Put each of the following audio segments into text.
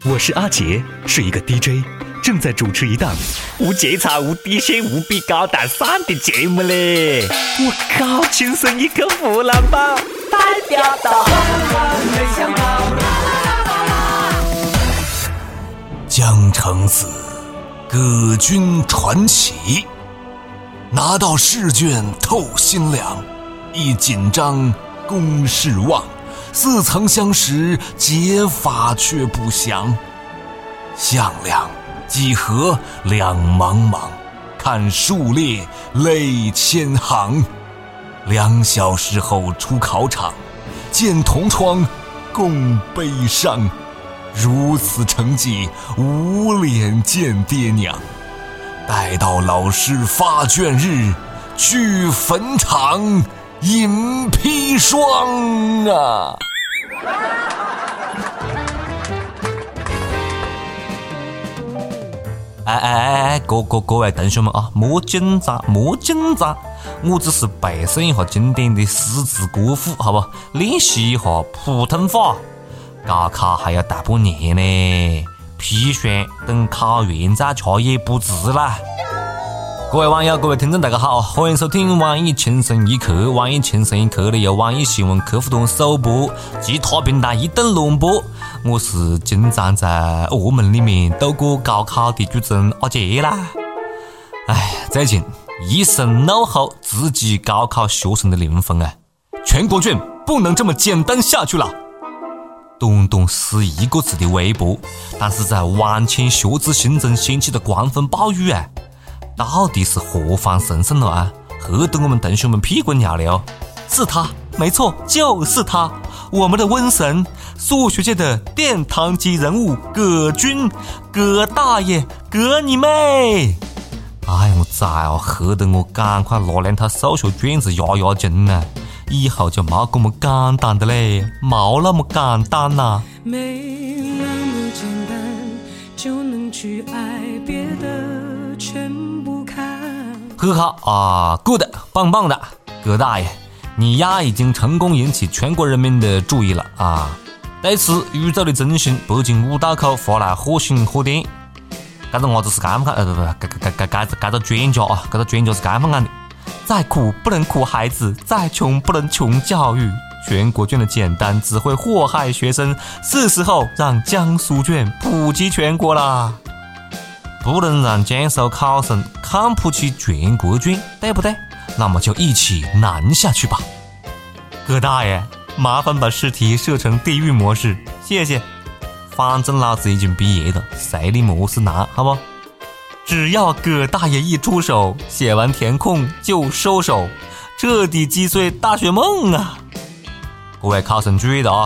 我是阿杰，是一个 DJ， 正在主持一档无节操、无底线、无比高大上的节目嘞！我靠，亲生一个湖南宝，代表到江城子，葛军传奇，拿到试卷透心凉，一紧张公事忘，似曾相识，解法却不详。向量几何两茫茫，看数列泪千行。2小时后出考场，见同窗共悲伤。如此成绩，无脸见爹娘。待到老师发卷日，去坟场饮砒霜啊！ 各位同学们啊，莫紧张，我只是背诵一下经典的诗词歌赋，好不？练习一下普通话。高考还要大半年呢，砒霜等考完再吃也不迟啦。各位网友，各位听众大家好，欢迎收听网易轻松一刻。网易轻松一刻呢由网易新闻客户端首播，其他平台一顿乱播。我是经常在澳门里面度过高考的主持人阿杰啦。最近一声怒吼直击高考学生的灵魂啊！全国卷不能这么简单下去了。短短11个字的微博，但是在万千学子心中掀起的狂风暴雨啊！到底是何方神圣了啊？吓得我们同学们屁滚尿流。是他，没错，就是他，我们的瘟神，数学界的殿堂级人物葛军，葛大爷，葛你妹！我崽哦，吓得我赶快拿两套数学卷子压惊啊！以后就没这么简单的嘞，没那么简单呐。 没那么简单就能去爱，别的全不看。 很好啊 ，good， 棒棒的，葛大爷，你呀已经成功引起全国人民的注意了啊！对此，宇宙的中心北京五道口发来火星火电，这个伢子是这么讲，这个专家啊，这个专家是这么讲的。再苦不能苦孩子，再穷不能穷教育。全国卷的简单只会祸害学生，是时候让江苏卷普及全国啦！不能让江苏考生看不起全国卷，对不对？那么就一起难下去吧。葛大爷，麻烦把试题设成地狱模式，谢谢。反正老子已经毕业了，谁理模式难，好不？只要葛大爷一出手，写完填空就收手，彻底击碎大学梦啊！各位考生注意了啊！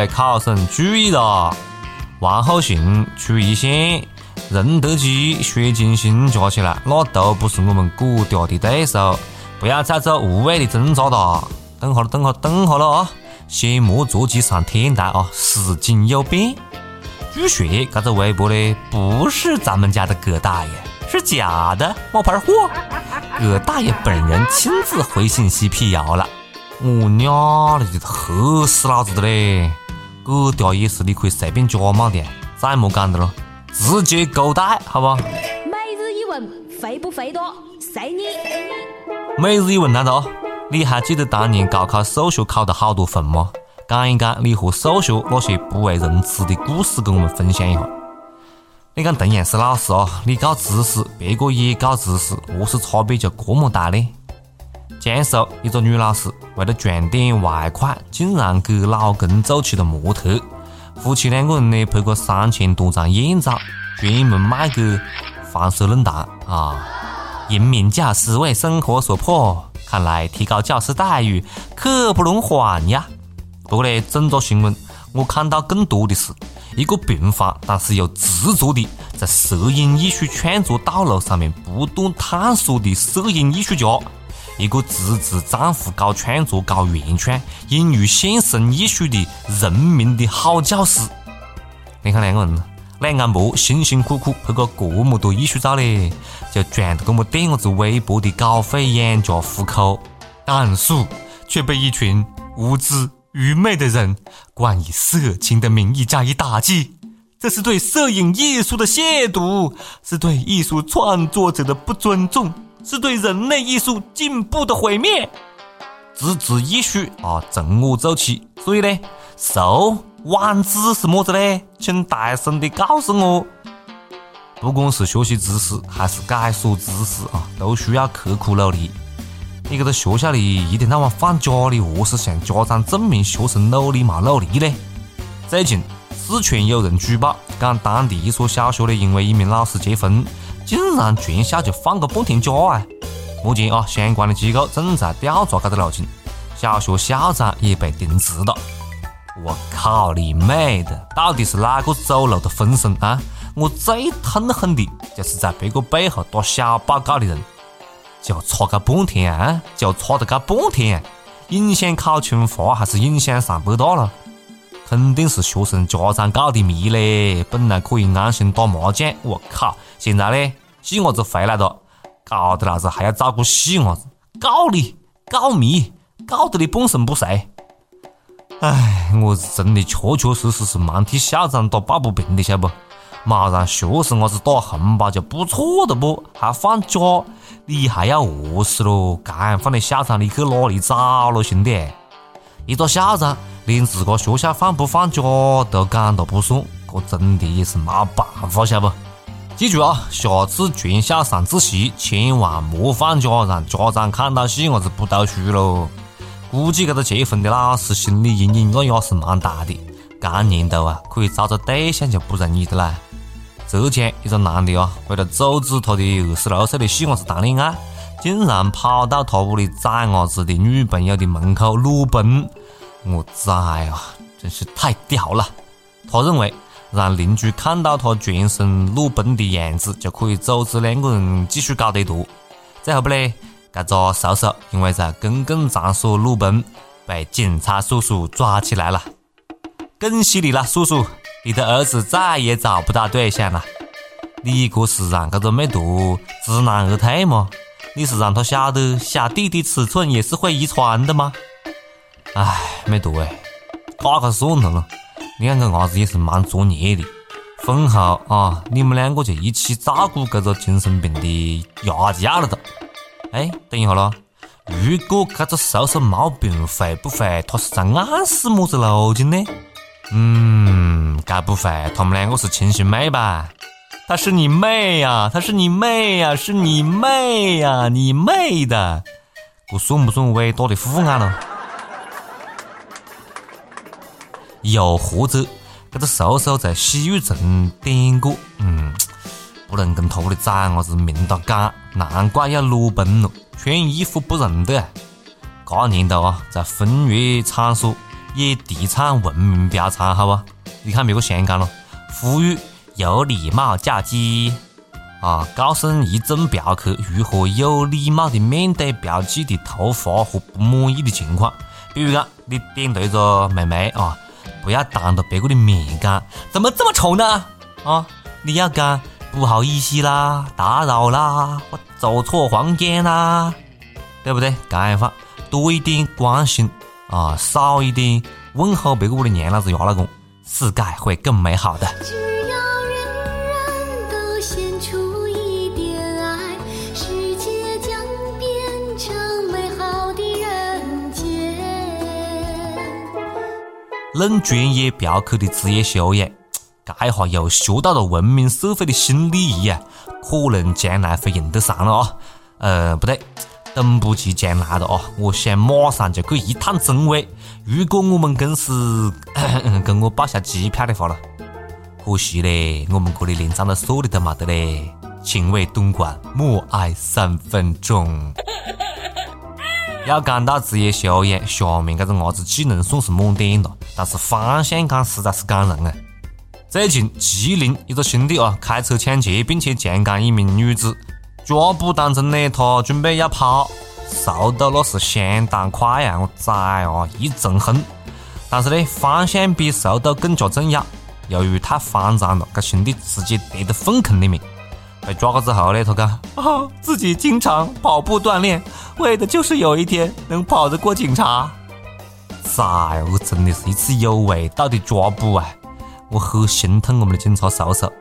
王后信、曲一线、任德基、薛金星加起来，那都不是我们葛家的对手，不要再做无谓的挣扎了。等下了啊！先莫着急上天台啊！时机有变。据说这个微博呢，不是咱们家的葛大爷，是假的冒牌货。葛大爷本人亲自回信息辟谣了。我娘的，吓死老子的嘞！葛大爷是你可以随便加码的，再莫讲的了，直接勾带，好不好？ 每日一问，肥不肥多？随你。 每日一问来了啊！你还记得当年高考数学考得好多分吗？讲一讲你和数学那些不为人知的故事，跟我们分享一下。你看同样是老师啊，你搞知识，别个也搞知识，何是差别就这么大呢？江苏一个女老师为了赚点外快，竟然给老公做起了模特。夫妻2个人呢拍过3000多张艳照，专门卖给黄色论坛啊。英明教师为生活所迫，看来提高教师待遇刻不容缓呀。不过呢，整个新闻我看到更多的是一个平凡但是又执着的在摄影艺术创作道路上面不断探索的摄影艺术家，一个支持丈夫搞创作搞原创隐于现实艺术的人民的好教师。你看2个人2眼婆辛辛苦苦拍过这么多艺术照嘞，就赚得这么点子微薄的稿费养家糊口，但是却被一群无知愚昧的人冠以色情的名义加以打击， 这是对摄影艺术的亵渎，是对艺术创作者的不尊重，是对人类艺术进步的毁灭。直至一许正我走起。所以呢，受网址是么子呢？请大声的告诉我。不管是学习知识还是解锁知识都需要刻苦努力。你在学校里一天到晚放假里，何是向家长证明学生努力没努力呢？最近四川有人举报，讲当地一所小学因为一名老师结婚，竟然全校就放个半天假目前相关的机构正在调查这个路径，小学校长也被停职了。我靠你妹的，到底是哪个走漏的风声啊？我最痛恨的就是在别个背后打小报告的人，就差个半天影响考清华还是影响上北大了？肯定是学生家长告的密嘞，本来可以安心打麻将，我靠，现在呢细伢子回来了，搞得老子还要照顾细伢子，告你告密，搞得你半身不遂。我真的确实是蛮替校长打抱不平的，晓得不？没让学生伢子打红包就不错的不，还放假，你还要饿死咯？这样放的校长你去哪里找了，兄弟？一个校长连自个学校放不放假都讲都不算，这真的也是没办法，晓得不？记住下次全校上自习千万莫放假，让家长看到细伢子不读书咯。估计这个结婚的老师心理阴影也是蛮大的，这年头可以找个对象就不容易的啦。浙江一个男的为了阻止他的26岁的细伢子谈恋爱，竟然跑到他屋里崽伢子的女朋友的门口裸奔，我崽真是太屌了。他认为让邻居看到他全身裸奔的样子就可以阻止两个人继续搞对头。最后不嘞，这个叔叔因为在公共场所裸奔被警察叔叔抓起来了。恭喜你了，叔叔，你的儿子再也找不到对象了。你这是让这个妹坨知难而退吗？你是让他晓得小弟弟尺寸也是会遗传的吗？妹坨这算了，你看这伢子也是蛮作孽的。婚后你们两个就一起照顾这个精神病的牙家了的。等一下咯，如果这个叔叔毛病会不会他是在暗示么子路径呢？该不会他们两个是亲兄妹吧？他是你妹呀，是你妹呀，你妹的！这算不算伟大的父爱了？又或者这个叔叔在洗浴城点过，不能跟他屋里崽伢子明着讲，难怪要裸奔了，穿衣服不认得。这年头在风月场所也提倡文明表彰，好吧？你看别个香港了，呼吁有礼貌叫鸡告诉一众嫖客如何有礼貌的面对嫖妓的头发和不满意的情况。比如讲，你点对着妹妹不要当着别个的面讲怎么这么丑呢你要讲不好意思啦，打扰啦，我走错房间啦，对不对？这样法多一点关心少一点问候别个屋的娘老子牙老公，世界会更美好的。 只要人人都献出一点爱，世界将变成美好的人间。 论专业嫖客的职业修养，这下又学到了文明社会的新礼仪可能将来会用得上了不对，等不及将来了我想马上就去一探真伪。如果我们公司跟我报销机票的话了，可惜嘞，我们这里连张的锁的都没得嘞。请为东莞默哀3分钟。要讲到职业修养，下面这个伢子技能算是满点了，但是方向感实在是感人最近吉林一个兄弟开车抢劫，并且强奸一名女子，抓捕当中呢，他准备要跑，速度那是相当快我崽一阵横。但是呢，方向比速度更加重要。由于太慌张了，这兄弟直接跌到粪坑里面。被抓过之后呢，他讲自己经常跑步锻炼，为的就是有一天能跑得过警察。崽我真的是一次有味道的抓捕我很心疼我们的警察叔叔。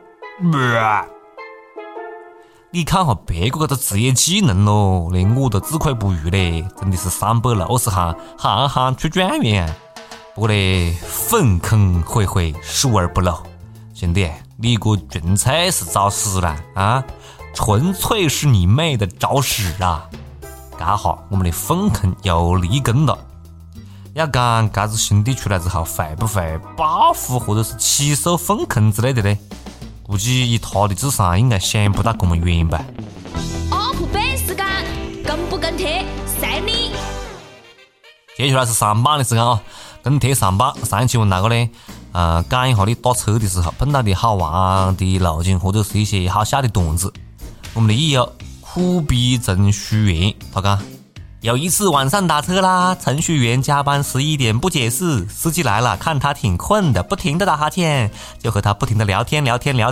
你看哈别个这个职业技能咯，连我都自愧不如嘞，真的是360行，行行出状元。不过嘞，粉坑灰灰，疏而不漏。兄弟，你个纯粹是找死了啊！纯粹是你妹的找死啊！刚好我们的粪坑又立功了。要讲这子兄弟出来之后会不会报复或者是起诉粪坑之类的呢？估计以他的智商应该想不到这么远吧。 UP版时间，跟不跟帖随你。 接下来是上榜的时间啊，跟帖上榜。上一期问那个呢，讲一下你打车的时候碰到的好玩的路径或者是一些好笑的段子。我们的益友苦逼程序员他讲，有一次晚上打车啦，程序员加班11点不解释，司机来了，看他挺困的，不停的打哈欠，就和他不停的聊天，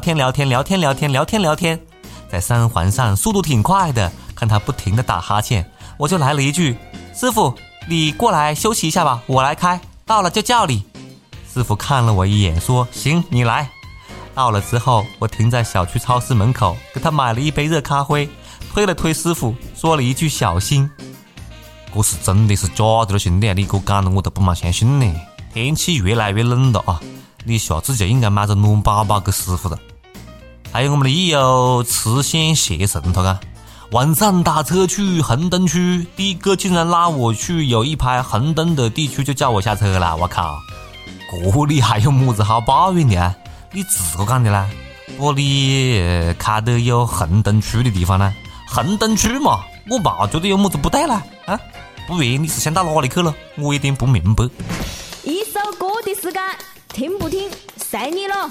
在三环上速度挺快的，看他不停的打哈欠，我就来了一句，师傅你过来休息一下吧，我来开，到了就叫你。师傅看了我一眼说，行你来。到了之后我停在小区超市门口，给他买了一杯热咖啡，推了推师傅，说了一句小心。这是真的是假的了兄弟，你给我讲了我都不蛮相信呢。天气越来越冷了啊，你下次就应该买个暖宝宝给师傅了。还有我们的益友慈仙邪神他讲，晚上打车去恒灯区，的哥竟然拉我去有一排红灯的地区就叫我下车了，我靠，这里还有么子好抱怨的啊？你自个讲的啦，不你开的有红灯区的地方呢？红灯区嘛，我嘛觉得有么子不对啦啊？不然你是想到哪里去了？我有点不明白。 一首歌的时间，听不听随你了。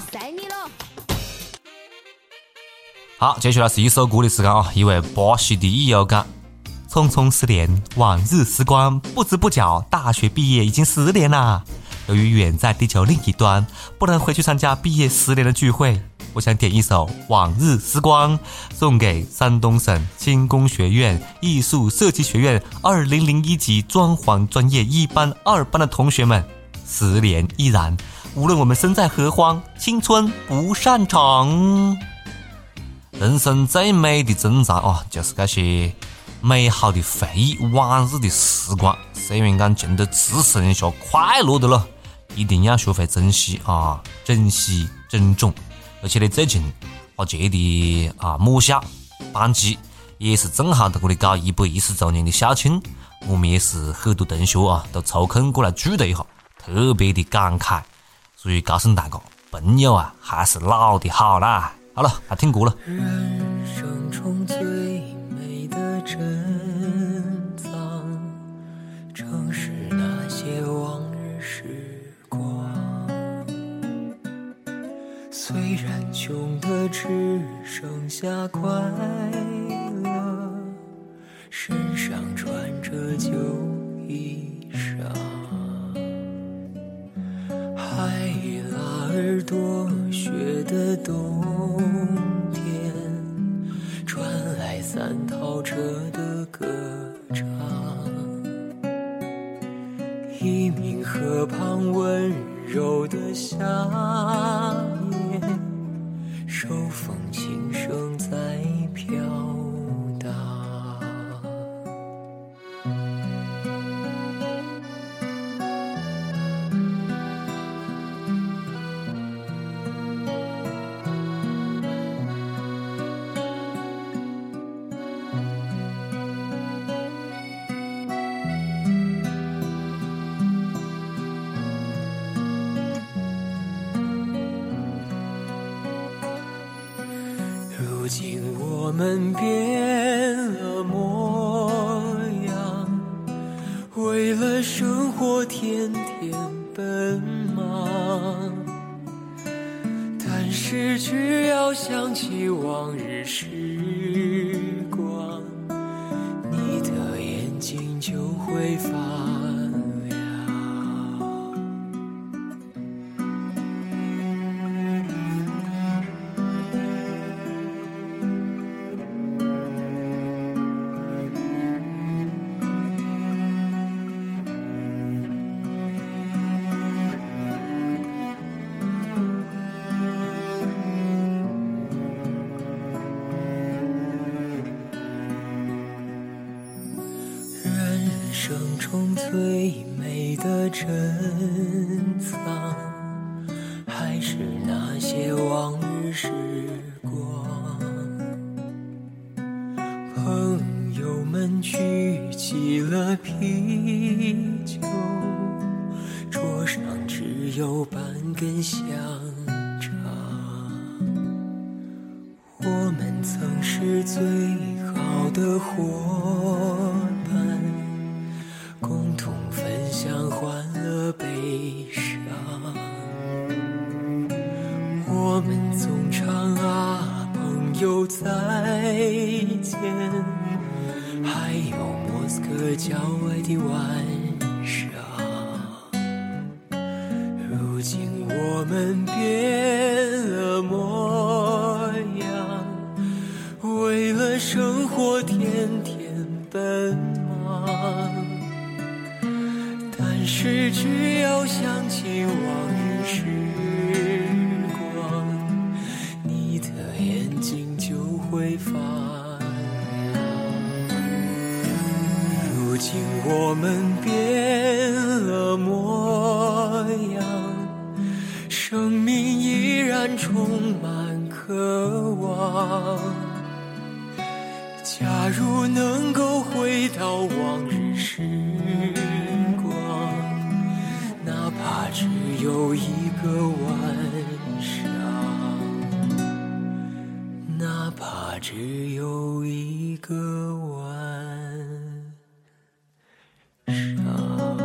好，接下来是一首歌的时间啊！一位巴西的益友讲，匆匆4年，往日时光，不知不觉大学毕业已经10年啦。由于远在地球另一端，不能回去参加毕业10年的聚会，我想点一首《往日时光》，送给山东省轻工学院艺术设计学院2001级装潢专业1班2班的同学们。10年依然，无论我们身在何方，青春不散场。人生最美的珍藏啊，就是这些美好的回忆，往日的时光。虽然讲真的只剩下快乐的了，一定要学会珍惜啊，珍惜珍重。而且呢，最近我觉得母校班级也是正好在这里搞110周年的校庆，我们也是很多同学啊都抽空过来聚了一下，特别的感慨。所以告诉大家，朋友啊还是老的好啦。好了，来听歌了。 人生中最美的珍藏，正是那些往日时光。虽然穷的只剩下快乐，身上穿着旧衣裳，海拉耳朵雪的冬天，传来3套车的歌唱。一名河畔温柔的夏夜，手风琴声在飘荡。如今我们变了模样，为了生活天天奔忙，但是只要想起往日时光，你的眼睛就会发亮。 最美的珍藏，还是那些往日时光。朋友们举起了啤酒，桌上只有半根香肠。我们曾是最好的伙伴，共同分享欢乐悲伤。我们总唱啊，朋友再见，还有莫斯科郊外的晚上。如今我们变了模样，为了生活天天奔忙。但是只要想起往日时光，你的眼睛就会发亮。如今我们变了模样，生命依然充满渴望。假如能够回到往日时光，哪怕只有一个晚上，哪怕只有一个晚上。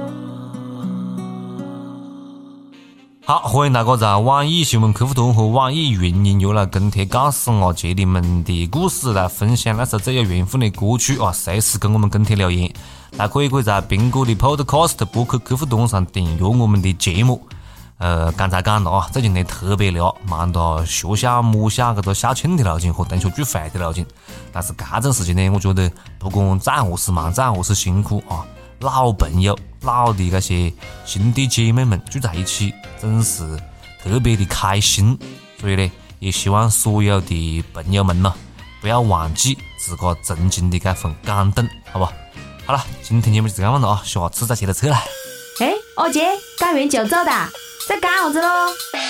好，欢迎大家在网易新闻客户端和网易云音乐来跟帖告诉我姐你们的故事，来分享那首最有缘分的歌曲啊！随时跟我们跟帖留言，大家可以在苹果的 Podcast 播客客户端上订阅我们的节目。刚才讲了啊，最近呢特别累，忙到学校母校这个校庆的路径和同学聚会的路径。但是这种事情呢，我觉得不管再何时忙，再何时辛苦啊，老朋友、老的这些兄弟姐妹们聚在一起，真是特别的开心。所以呢，也希望所有的朋友们不要忘记自个曾经的这份感动，好吧？好了，今天节目就这样了啊，下次再接着扯来。 哎，二姐，讲完就走的，在干啥子咯？